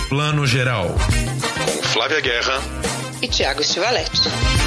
Plano Geral, com Flávia Guerra e Thiago Stivaletti.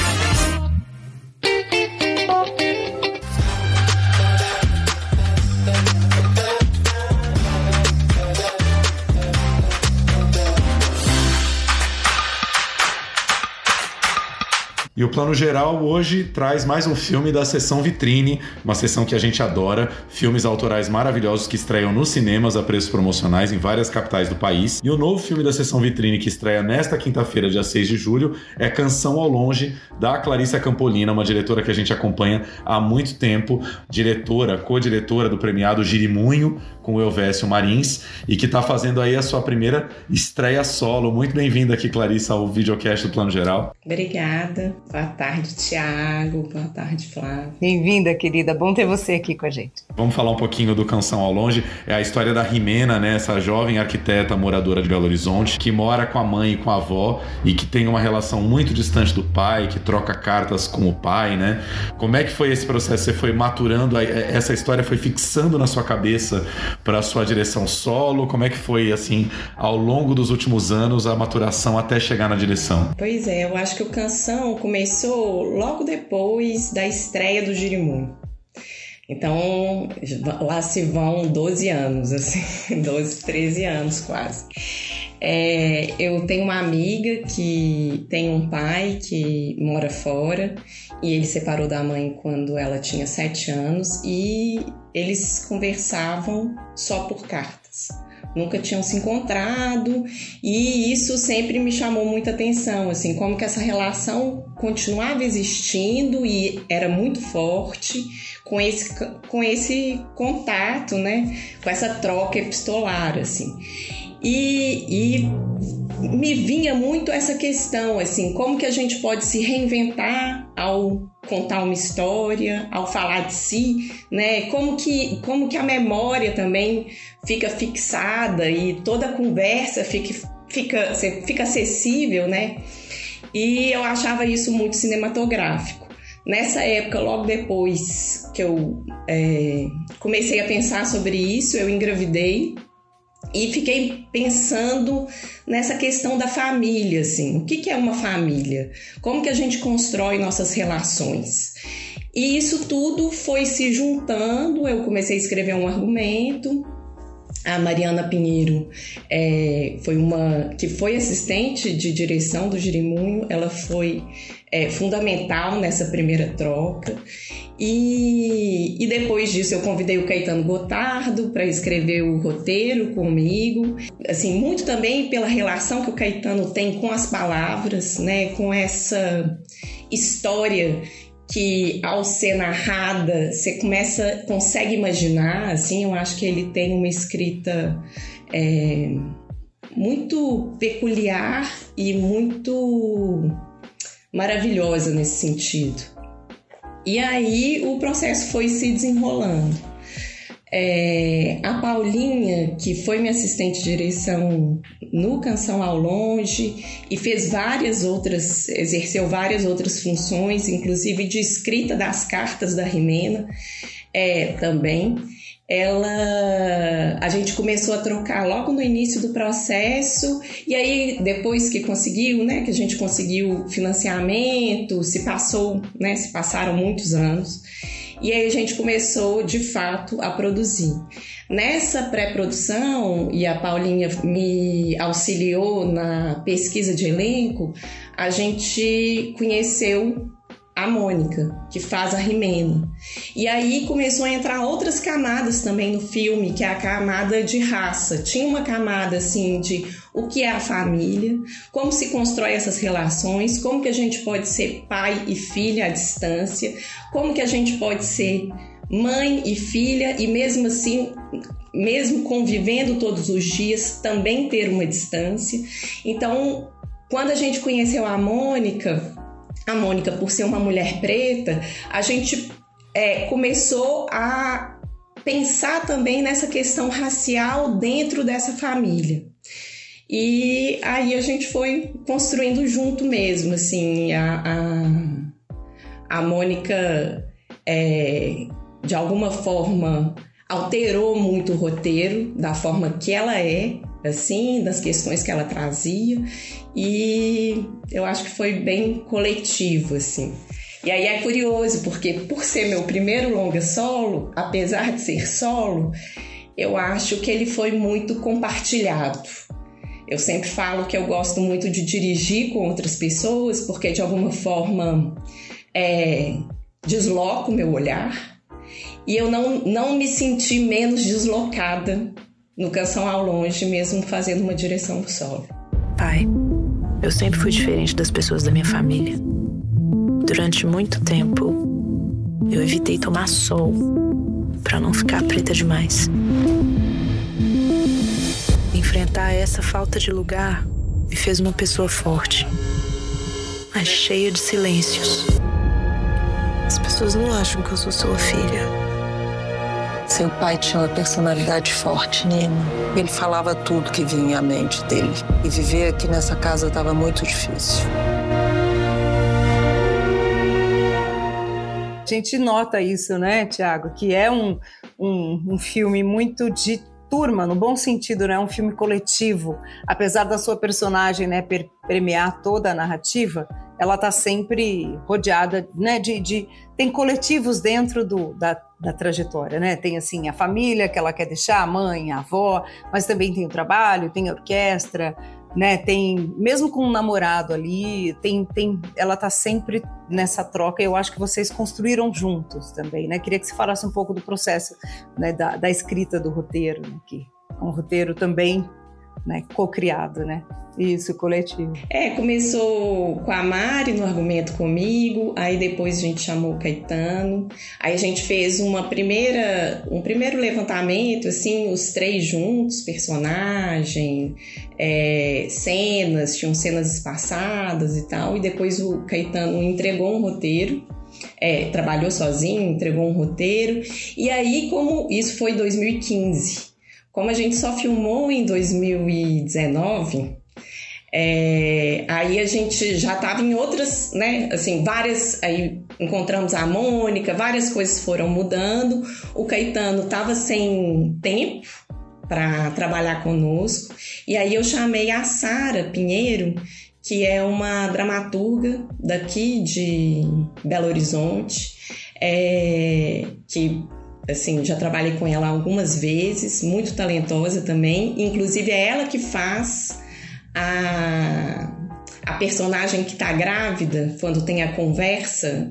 E o Plano Geral hoje traz mais um filme da Sessão Vitrine, uma sessão que a gente adora, filmes autorais maravilhosos que estreiam nos cinemas a preços promocionais em várias capitais do país. E o novo filme da Sessão Vitrine que estreia nesta quinta-feira, dia 6 de julho, é Canção ao Longe, da Clarissa Campolina, uma diretora que a gente acompanha há muito tempo, diretora, co-diretora do premiado Girimunho, com o Elvésio Marins, e que está fazendo aí a sua primeira estreia solo. Muito bem-vinda aqui, Clarissa, ao videocast do Plano Geral. Obrigada. Boa tarde, Thiago. Boa tarde, Flávia. Bem-vinda, querida. Bom ter você aqui com a gente. Vamos falar um pouquinho do Canção ao Longe. É a história da Rimena, né? Essa jovem arquiteta moradora de Belo Horizonte, que mora com a mãe e com a avó e que tem uma relação muito distante do pai, que troca cartas com o pai, né? Como é que foi esse processo? Você foi maturando, essa história foi fixando na sua cabeça para a sua direção solo? Como é que foi, assim, ao longo dos últimos anos, a maturação até chegar na direção? Pois é, eu acho que o Canção começou logo depois da estreia do Girimunho. Então, lá se vão 12 anos, assim, 12, 13 anos quase. Eu tenho uma amiga que tem um pai que mora fora e ele separou da mãe quando ela tinha 7 anos e eles conversavam só por cartas. Nunca tinham se encontrado e isso sempre me chamou muita atenção, assim, como que essa relação continuava existindo e era muito forte com esse contato, né, com essa troca epistolar, assim. E me vinha muito essa questão, assim, como que a gente pode se reinventar ao contar uma história, ao falar de si, né? Como que a memória também fica fixada e toda a conversa fica acessível, né? E eu achava isso muito cinematográfico. Nessa época, logo depois que eu comecei a pensar sobre isso, eu engravidei e fiquei pensando nessa questão da família, assim. O que é uma família? Como que a gente constrói nossas relações? E isso tudo foi se juntando, eu comecei a escrever um argumento. A Mariana Pinheiro foi assistente de direção do Girimunho, ela foi fundamental nessa primeira troca. E depois disso eu convidei o Caetano Gotardo para escrever o roteiro comigo, assim, muito também pela relação que o Caetano tem com as palavras, né, com essa história que ao ser narrada você consegue imaginar, assim. Eu acho que ele tem uma escrita muito peculiar e muito maravilhosa nesse sentido. E aí o processo foi se desenrolando. A Paulinha, que foi minha assistente de direção no Canção ao Longe e exerceu várias outras funções, inclusive de escrita das cartas da Rimena, também. A gente começou a trocar logo no início do processo, e aí depois que conseguiu, né, que a gente conseguiu financiamento, se passaram muitos anos, e aí a gente começou de fato a produzir. Nessa pré-produção, e a Paulinha me auxiliou na pesquisa de elenco, a gente conheceu a Mônica, que faz a Rimena. E aí começou a entrar outras camadas também no filme, que é a camada de raça. Tinha uma camada, assim, de o que é a família, como se constrói essas relações, como que a gente pode ser pai e filha à distância, como que a gente pode ser mãe e filha e mesmo assim, mesmo convivendo todos os dias, também ter uma distância. Então, quando a gente conheceu a Mônica, por ser uma mulher preta, a gente começou a pensar também nessa questão racial dentro dessa família. E aí a gente foi construindo junto mesmo, assim. A Mônica, de alguma forma, alterou muito o roteiro da forma que ela é, assim, das questões que ela trazia, e eu acho que foi bem coletivo, assim. E aí é curioso, porque por ser meu primeiro longa solo, apesar de ser solo, eu acho que ele foi muito compartilhado. Eu sempre falo que eu gosto muito de dirigir com outras pessoas, porque de alguma forma desloco o meu olhar, e eu não me senti menos deslocada no Canção ao Longe, mesmo fazendo uma direção do solo. Pai, eu sempre fui diferente das pessoas da minha família. Durante muito tempo, eu evitei tomar sol para não ficar preta demais. Enfrentar essa falta de lugar me fez uma pessoa forte, mas cheia de silêncios. As pessoas não acham que eu sou sua filha. Seu pai tinha uma personalidade forte, Nina. Ele falava tudo que vinha à mente dele. E viver aqui nessa casa estava muito difícil. A gente nota isso, né, Tiago? Que é um filme muito de turma, no bom sentido, né? Um filme coletivo. Apesar da sua personagem, né, permear toda a narrativa, ela está sempre rodeada, né, tem coletivos dentro da trajetória, né? Tem, assim, a família que ela quer deixar, a mãe, a avó, mas também tem o trabalho, tem a orquestra, né? Tem, mesmo com um namorado ali, ela tá sempre nessa troca, e eu acho que vocês construíram juntos também, né? Queria que você falasse um pouco do processo, né, da escrita do roteiro, né? Que é um roteiro também, né, co-criado, né? Isso, coletivo. Começou com a Mari no argumento comigo, aí depois a gente chamou o Caetano, aí a gente fez um primeiro levantamento, assim, os três juntos, personagem, cenas, tinham cenas espaçadas e tal, e depois o Caetano entregou um roteiro, trabalhou sozinho, entregou um roteiro, e aí, como isso foi em 2015, como a gente só filmou em 2019, aí a gente já estava em outras, né, assim, várias, aí encontramos a Mônica, várias coisas foram mudando, o Caetano estava sem tempo para trabalhar conosco, e aí eu chamei a Sara Pinheiro, que é uma dramaturga daqui de Belo Horizonte, que, assim, já trabalhei com ela algumas vezes, muito talentosa também, inclusive é ela que faz a personagem que está grávida, quando tem a conversa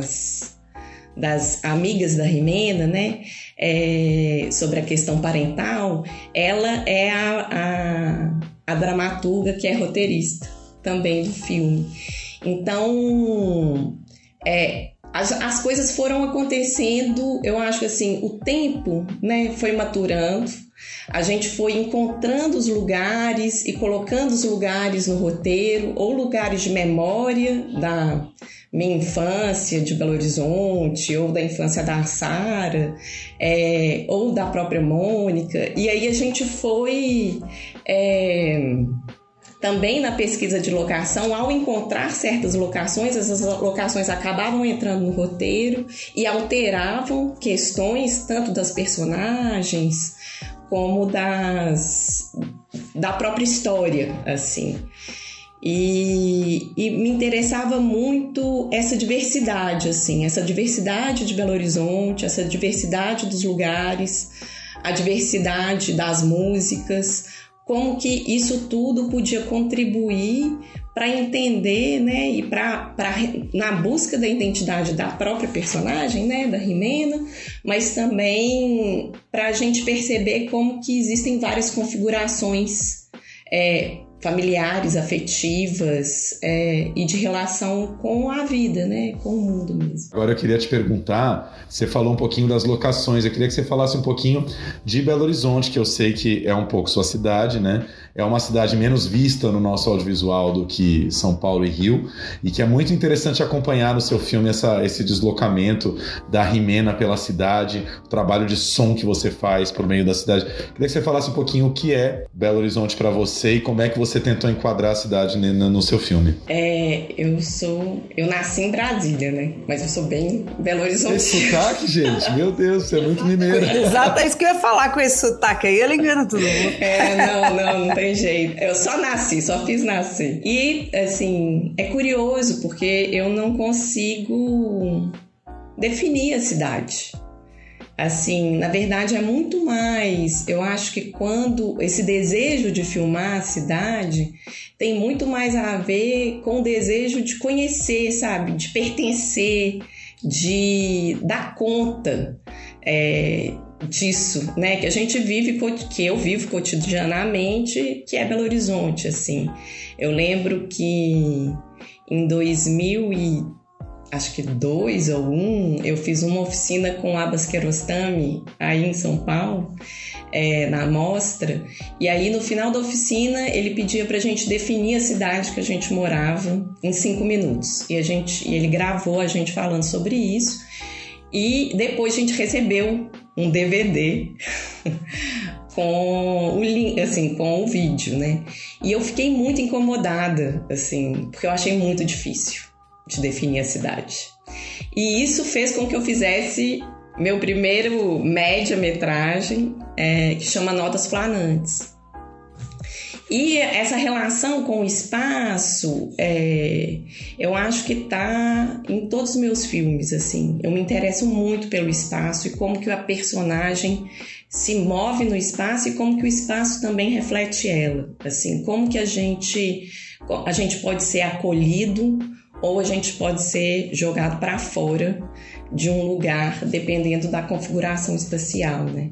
das amigas da Rimena, né, sobre a questão parental, ela é a dramaturga que é roteirista também do filme. Então, as coisas foram acontecendo, eu acho que assim, o tempo, né, foi maturando, a gente foi encontrando os lugares e colocando os lugares no roteiro, ou lugares de memória da minha infância de Belo Horizonte, ou da infância da Sara, ou da própria Mônica, e aí a gente foi... Também na pesquisa de locação, ao encontrar certas locações, essas locações acabavam entrando no roteiro e alteravam questões tanto das personagens como da própria história, assim. E me interessava muito essa diversidade, assim, essa diversidade de Belo Horizonte, essa diversidade dos lugares, a diversidade das músicas, como que isso tudo podia contribuir para entender, né, e na busca da identidade da própria personagem, né, da Rimena, mas também para a gente perceber como que existem várias configurações familiares, afetivas e de relação com a vida, né, com o mundo mesmo. Agora eu queria te perguntar, você falou um pouquinho das locações, eu queria que você falasse um pouquinho de Belo Horizonte, que eu sei que é um pouco sua cidade, né? É uma cidade menos vista no nosso audiovisual do que São Paulo e Rio, e que é muito interessante acompanhar no seu filme esse deslocamento da Rimena pela cidade, o trabalho de som que você faz por meio da cidade. Queria que você falasse um pouquinho o que é Belo Horizonte para você e como é que você tentou enquadrar a cidade no seu filme? Eu nasci em Brasília, né? Mas eu sou bem Belo Horizonte. Esse sotaque, gente, meu Deus, você é muito mineira. Exato, é isso que eu ia falar com esse sotaque aí, ele engana todo mundo. Não tem jeito. Eu só fiz nascer. E, assim, é curioso, porque eu não consigo definir a cidade. Assim, na verdade é muito mais, eu acho que quando esse desejo de filmar a cidade tem muito mais a ver com o desejo de conhecer, sabe? De pertencer, de dar conta disso, né? Que a gente vive, que eu vivo cotidianamente, que é Belo Horizonte, assim. Eu lembro que em 2002 ou 2001, eu fiz uma oficina com Abbas Kiarostami aí em São Paulo, na mostra, e aí no final da oficina ele pedia pra gente definir a cidade que a gente morava em 5 minutos, e ele gravou a gente falando sobre isso, e depois a gente recebeu um DVD com o link, assim, com o vídeo, né? E eu fiquei muito incomodada, assim, porque eu achei muito difícil de definir a cidade. E isso fez com que eu fizesse meu primeiro média-metragem, que chama Notas Flanantes. E essa relação com o espaço, eu acho que está em todos os meus filmes, assim. Eu me interesso muito pelo espaço e como que a personagem se move no espaço e como que o espaço também reflete ela. Assim, como que a gente pode ser acolhido ou a gente pode ser jogado para fora de um lugar, dependendo da configuração espacial, né?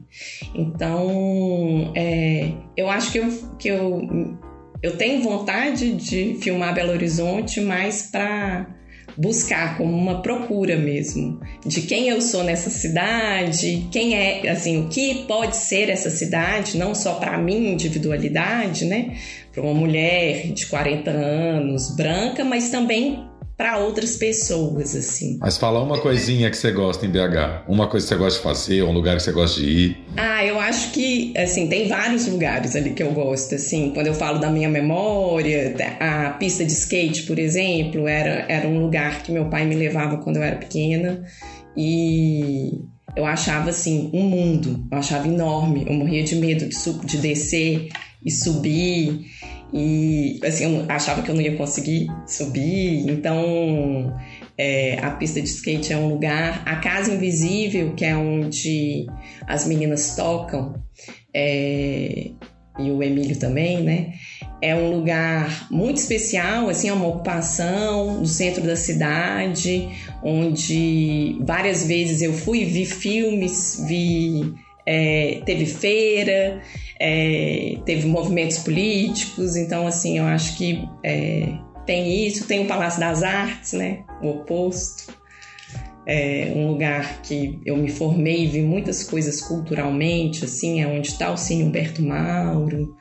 Então, eu acho que eu tenho vontade de filmar Belo Horizonte, mas para buscar como uma procura mesmo de quem eu sou nessa cidade, quem é, assim, o que pode ser essa cidade, não só para minha individualidade, né? Para uma mulher de 40 anos, branca, mas também para outras pessoas, assim. Mas fala uma coisinha que você gosta em BH. Uma coisa que você gosta de fazer, um lugar que você gosta de ir. Eu acho que, assim, tem vários lugares ali que eu gosto, assim. Quando eu falo da minha memória, a pista de skate, por exemplo, era um lugar que meu pai me levava quando eu era pequena. E eu achava, assim, um mundo. Eu achava enorme. Eu morria de medo de descer e subir. E, assim, eu achava que eu não ia conseguir subir. Então, a pista de skate é um lugar. A Casa Invisível, que é onde as meninas tocam, e o Emílio também, né? É um lugar muito especial, assim, é uma ocupação no centro da cidade, onde várias vezes eu fui e vi filmes, teve feira, teve movimentos políticos. Então, assim, eu acho que tem isso. Tem o Palácio das Artes, né? O oposto. Um lugar que eu me formei e vi muitas coisas culturalmente, assim, é onde está o Cine Humberto Mauro.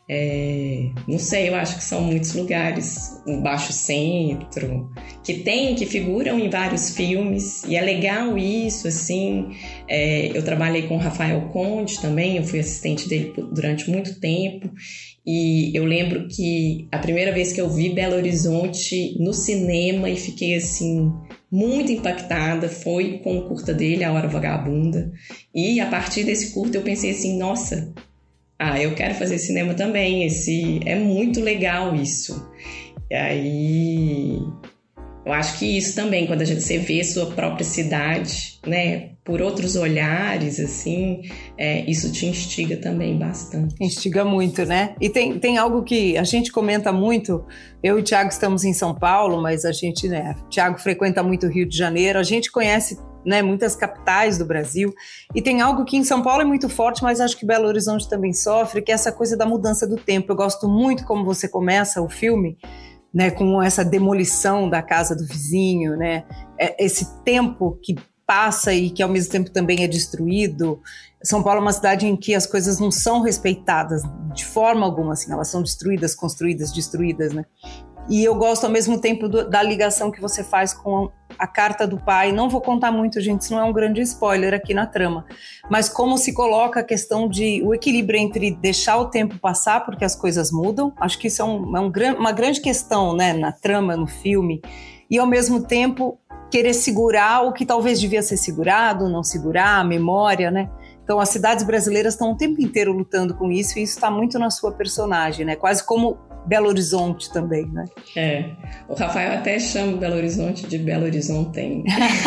Não sei, eu acho que são muitos lugares, o Baixo Centro, que figuram em vários filmes, e é legal isso, assim. Eu trabalhei com o Rafael Conde também, eu fui assistente dele durante muito tempo, e eu lembro que a primeira vez que eu vi Belo Horizonte no cinema e fiquei, assim, muito impactada foi com o curta dele, A Hora Vagabunda, e a partir desse curta eu pensei assim, nossa, eu quero fazer cinema também, é muito legal isso. E aí, eu acho que isso também, quando você vê sua própria cidade, né, por outros olhares, assim, isso te instiga também bastante. Instiga muito, né? E tem algo que a gente comenta muito, eu e o Thiago estamos em São Paulo, mas a gente, né, o Thiago frequenta muito o Rio de Janeiro, a gente conhece, né, muitas capitais do Brasil, e tem algo que em São Paulo é muito forte, mas acho que Belo Horizonte também sofre, que é essa coisa da mudança do tempo. Eu gosto muito como você começa o filme, né, com essa demolição da casa do vizinho, né, esse tempo que passa e que ao mesmo tempo também é destruído. São Paulo é uma cidade em que as coisas não são respeitadas de forma alguma, assim, elas são destruídas, construídas, destruídas, né. E eu gosto ao mesmo tempo da ligação que você faz com a carta do pai. Não vou contar muito, gente, isso não é um grande spoiler aqui na trama, mas como se coloca a questão de o equilíbrio entre deixar o tempo passar, porque as coisas mudam. Acho que isso é uma grande questão, né, na trama, no filme, e ao mesmo tempo querer segurar o que talvez devia ser segurado, não segurar, a memória, né? Então as cidades brasileiras estão o tempo inteiro lutando com isso, e isso está muito na sua personagem, né? Quase como Belo Horizonte também, né? O Rafael até chama Belo Horizonte de Belo Horizonte.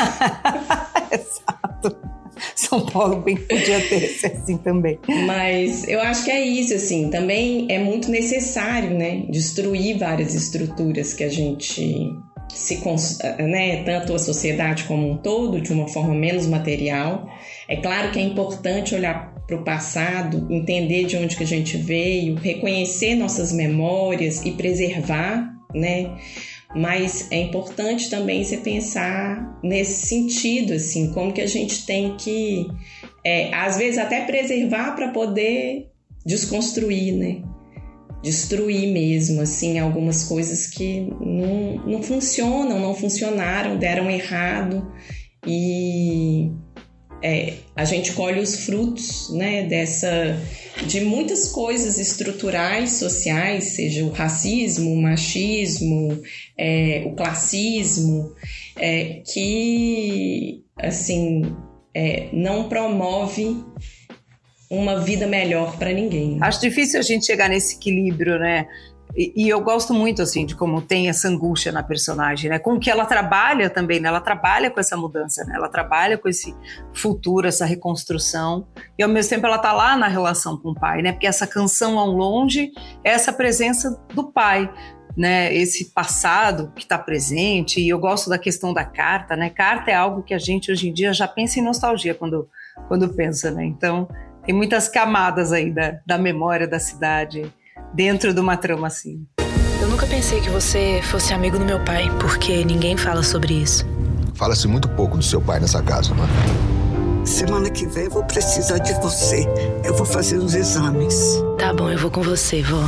Exato. São Paulo bem podia ter esse assim também. Mas eu acho que é isso, assim, também é muito necessário, né? Destruir várias estruturas que a gente né, tanto a sociedade como um todo, de uma forma menos material. É claro que é importante olhar para o passado, entender de onde que a gente veio, reconhecer nossas memórias e preservar, né? Mas é importante também você pensar nesse sentido, assim, como que a gente tem que, às vezes, até preservar para poder desconstruir, né? Destruir mesmo, assim, algumas coisas que não funcionam, não funcionaram, deram errado, e a gente colhe os frutos, né, de muitas coisas estruturais, sociais, seja o racismo, o machismo, o classismo, que, assim, não promove uma vida melhor para ninguém. Acho difícil a gente chegar nesse equilíbrio, né? E eu gosto muito, assim, de como tem essa angústia na personagem, né? Com que ela trabalha também, né? Ela trabalha com essa mudança, né? Ela trabalha com esse futuro, essa reconstrução. E, ao mesmo tempo, ela tá lá na relação com o pai, né? Porque essa canção ao longe é essa presença do pai, né? Esse passado que está presente. E eu gosto da questão da carta, né? Carta é algo que a gente, hoje em dia, já pensa em nostalgia quando pensa, né? Então, tem muitas camadas aí da memória da cidade dentro de uma trama assim. Eu nunca pensei que você fosse amigo do meu pai, porque ninguém fala sobre isso. Fala-se muito pouco do seu pai nessa casa, mano. Semana que vem eu vou precisar de você. Eu vou fazer uns exames. Tá bom, eu vou com você, vó.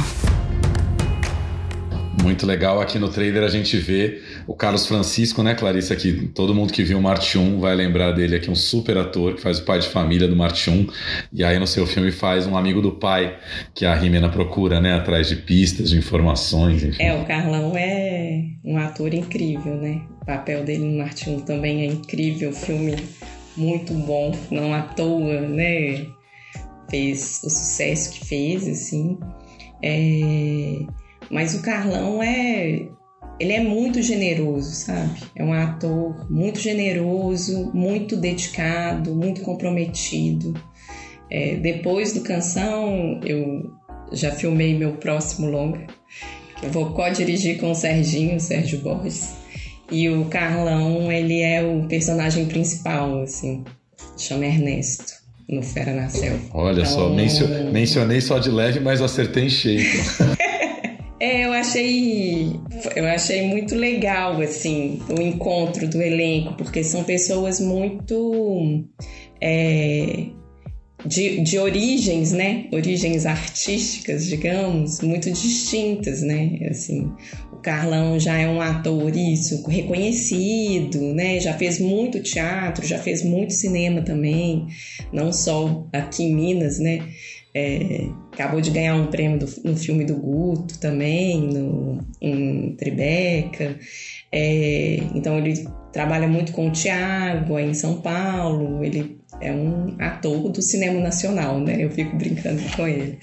Muito legal, aqui no trailer a gente vê o Carlos Francisco, né, Clarissa, que todo mundo que viu o Marte 1 vai lembrar dele aqui, um super ator que faz o pai de família do Marte 1, e aí no seu filme faz um amigo do pai, que a Jimena procura, né, atrás de pistas, de informações, enfim. O Carlão é um ator incrível, né, o papel dele no Marte 1 também é incrível, filme muito bom, não à toa, né, fez o sucesso que fez, assim, mas o Carlão ele é muito generoso, sabe? É um ator muito generoso, muito dedicado, muito comprometido. Depois do Canção, eu já filmei meu próximo longa, que eu vou co-dirigir com o Sérgio Borges. E o Carlão, ele é o personagem principal, assim, chama Ernesto, no Fera na Selva. Olha então, só, mencionei só de leve, mas acertei em cheio. Eu achei muito legal, assim, o encontro do elenco, porque são pessoas muito de origens, né? Origens artísticas, digamos, muito distintas, né? Assim, o Carlão já é um ator, reconhecido, né? Já fez muito teatro, já fez muito cinema também, não só aqui em Minas, né? Acabou de ganhar um prêmio no filme do Guto também, em Tribeca. Então ele trabalha muito com o Thiago aí em São Paulo. Ele é um ator do cinema nacional, né? Eu fico brincando com ele.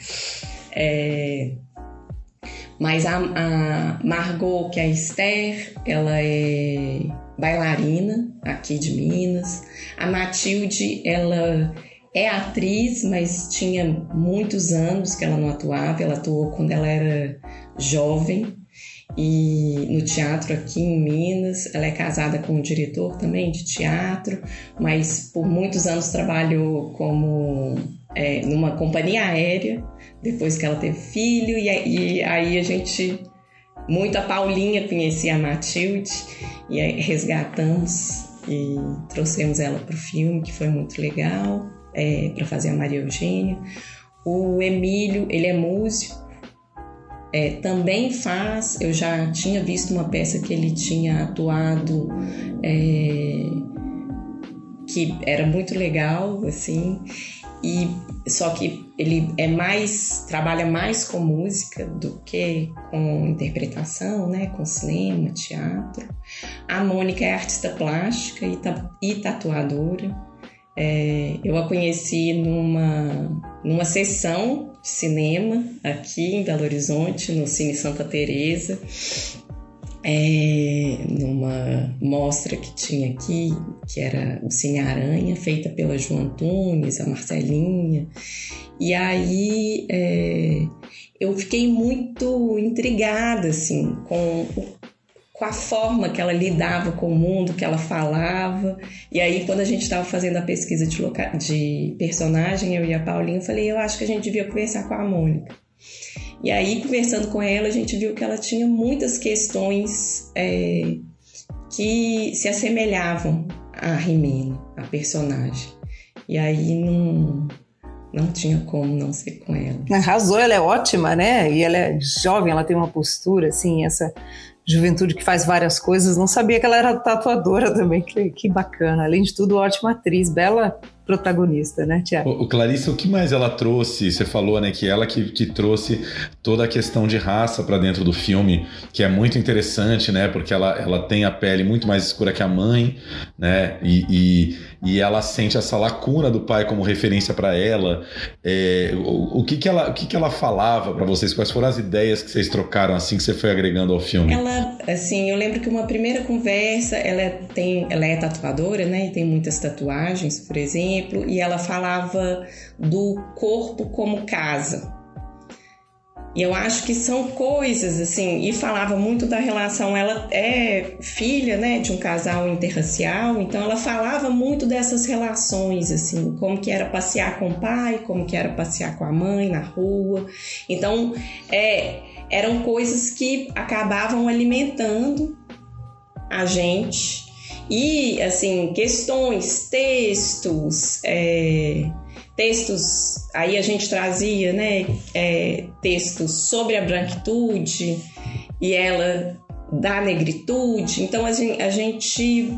Mas a Margot, que é a Esther, ela é bailarina aqui de Minas. A Matilde, ela é atriz, mas tinha muitos anos que ela não atuava. Ela atuou quando ela era jovem e no teatro aqui em Minas. Ela é casada com um diretor também de teatro, mas por muitos anos trabalhou como numa companhia aérea, depois que ela teve filho. E aí a gente, muito a Paulinha conhecia a Matilde, e aí resgatamos e trouxemos ela para o filme, que foi muito legal. Para fazer a Maria Eugênia. O Emílio, ele é músico, também faz. Eu já tinha visto uma peça que ele tinha atuado, que era muito legal, assim, e só que ele trabalha mais com música do que com interpretação, né, com cinema, teatro. A Mônica é artista plástica e tatuadora. Eu a conheci numa sessão de cinema aqui em Belo Horizonte, no Cine Santa Teresa, numa mostra que tinha aqui, que era o Cine Aranha, feita pela Jo Antunes, a Marcelinha. E aí eu fiquei muito intrigada assim, com a forma que ela lidava com o mundo, que ela falava. E aí, quando a gente estava fazendo a pesquisa de personagem, eu e a Paulinha, eu falei, eu acho que a gente devia conversar com a Mônica. E aí, conversando com ela, a gente viu que ela tinha muitas questões que se assemelhavam a Rimena, a personagem. E aí, não tinha como não ser com ela. Arrasou, ela é ótima, né? E ela é jovem, ela tem uma postura, assim, essa juventude que faz várias coisas. Não sabia que ela era tatuadora também, que bacana. Além de tudo, ótima atriz, bela protagonista, né, Tiago? Clarissa, o que mais ela trouxe? Você falou, né, que ela que trouxe toda a questão de raça para dentro do filme, que é muito interessante, né, porque ela tem a pele muito mais escura que a mãe, né, e ela sente essa lacuna do pai como referência para ela. O que ela falava para vocês? Quais foram as ideias que vocês trocaram assim que você foi agregando ao filme? Ela, assim, eu lembro que uma primeira conversa, ela é tatuadora, né, e tem muitas tatuagens, por exemplo, e ela falava do corpo como casa. E eu acho que são coisas, assim, e falava muito da relação. Ela é filha, né, de um casal interracial, então ela falava muito dessas relações, assim, como que era passear com o pai, como que era passear com a mãe na rua. Então, eram coisas que acabavam alimentando a gente. E, assim, questões, textos, aí a gente trazia, né, textos sobre a branquitude e ela da negritude. Então, a gente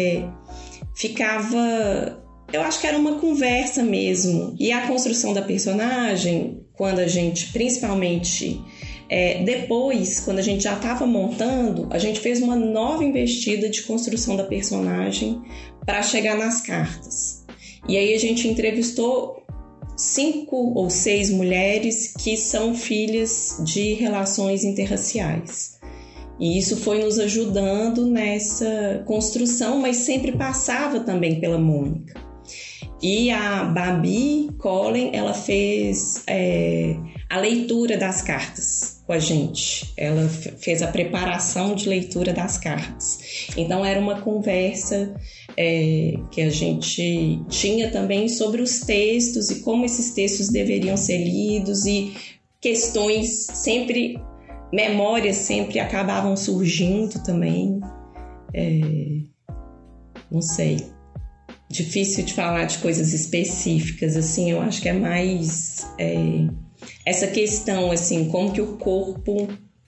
ficava... Eu acho que era uma conversa mesmo. E a construção da personagem, quando a gente, principalmente... depois, quando a gente já estava montando, a gente fez uma nova investida de construção da personagem para chegar nas cartas. E aí a gente entrevistou 5 ou 6 mulheres que são filhas de relações interraciais. E isso foi nos ajudando nessa construção, mas sempre passava também pela Mônica. E a Babi Collen, ela fez a leitura das cartas com a gente. Ela fez a preparação de leitura das cartas. Então era uma conversa que a gente tinha também sobre os textos e como esses textos deveriam ser lidos, e questões sempre, memórias sempre acabavam surgindo também. Não sei. Difícil de falar de coisas específicas, assim, eu acho que é mais essa questão, assim, como que o corpo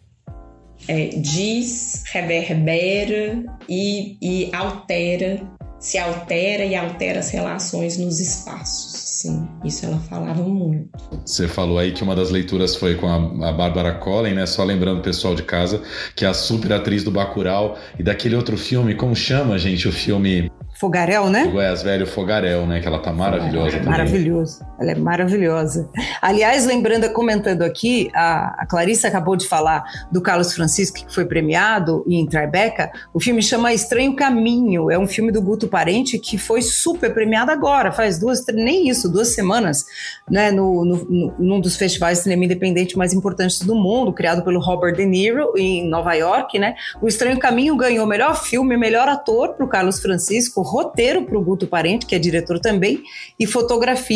diz, reverbera e altera, se altera e altera as relações nos espaços, assim, isso ela falava muito. Você falou aí que uma das leituras foi com a Bárbara Collen, né, só lembrando o pessoal de casa, que é a super atriz do Bacurau e daquele outro filme, como chama, gente, o filme... Fogarel, né? O Goiás Velho Fogarel, né? Que ela tá maravilhosa também. Maravilhoso. Ela é maravilhosa. Aliás, lembrando, comentando aqui, a Clarissa acabou de falar do Carlos Francisco, que foi premiado em Tribeca. O filme chama Estranho Caminho. É um filme do Guto Parente que foi super premiado agora, faz 2 semanas, né? Num dos festivais de cinema independente mais importantes do mundo, criado pelo Robert De Niro em Nova York, né? O Estranho Caminho ganhou melhor filme, melhor ator pro Carlos Francisco, roteiro para o Guto Parente, que é diretor também, e fotografia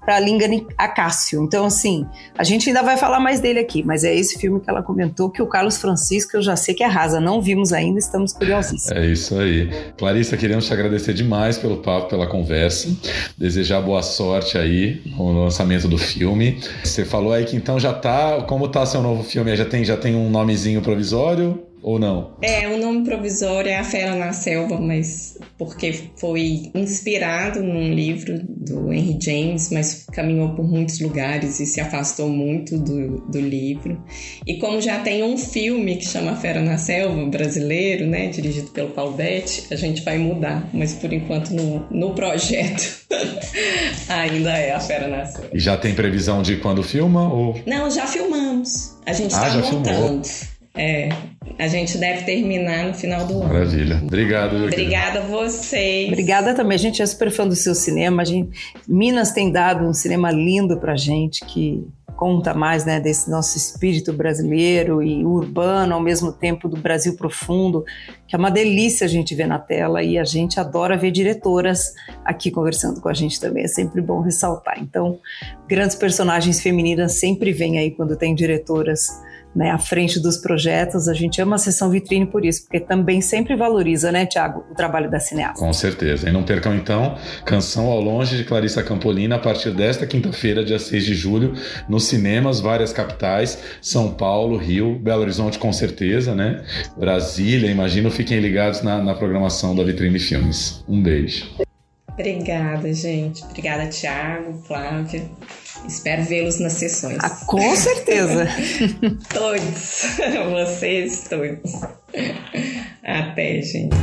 para Lingane Acácio. Então, assim, a gente ainda vai falar mais dele aqui, mas é esse filme que ela comentou, que o Carlos Francisco, eu já sei que arrasa. Não vimos ainda, estamos curiosíssimos. É isso aí. Clarissa, queremos te agradecer demais pelo papo, pela conversa, desejar boa sorte aí no lançamento do filme. Você falou aí que então já tá, como tá seu novo filme? Já tem um nomezinho provisório? Ou não? O nome provisório é A Fera na Selva, mas porque foi inspirado num livro do Henry James, mas caminhou por muitos lugares e se afastou muito do livro. E como já tem um filme que chama A Fera na Selva, brasileiro, né, dirigido pelo Paulo Betti, a gente vai mudar, mas por enquanto no projeto ainda é A Fera na Selva. E já tem previsão de quando filma? Ou... Não, já filmamos. A gente está montando. Filmou. A gente deve terminar no final do ano. Maravilha. Obrigado. Obrigada a vocês. Obrigada também. A gente é super fã do seu cinema. Minas tem dado um cinema lindo pra gente, que conta mais, né, desse nosso espírito brasileiro e urbano, ao mesmo tempo do Brasil profundo, que é uma delícia a gente ver na tela, e a gente adora ver diretoras aqui conversando com a gente também. É sempre bom ressaltar. Então, grandes personagens femininas sempre vêm aí quando tem diretoras, né, à frente dos projetos. A gente ama a Sessão Vitrine por isso, porque também sempre valoriza, né, Thiago, o trabalho da cineasta. Com certeza. E não percam, então, Canção ao Longe, de Clarissa Campolina, a partir desta quinta-feira, dia 6 de julho, nos cinemas, várias capitais, São Paulo, Rio, Belo Horizonte, com certeza, né, Brasília, imagino. Fiquem ligados na programação da Vitrine Filmes. Um beijo. Obrigada, gente. Obrigada, Thiago, Flávia. Espero vê-los nas sessões. Com certeza. Todos. Vocês todos. Até, gente.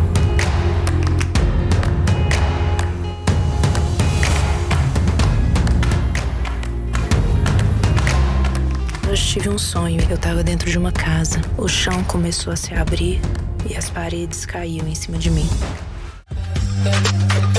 Hoje tive um sonho. Eu estava dentro de uma casa. O chão começou a se abrir e as paredes caíam em cima de mim.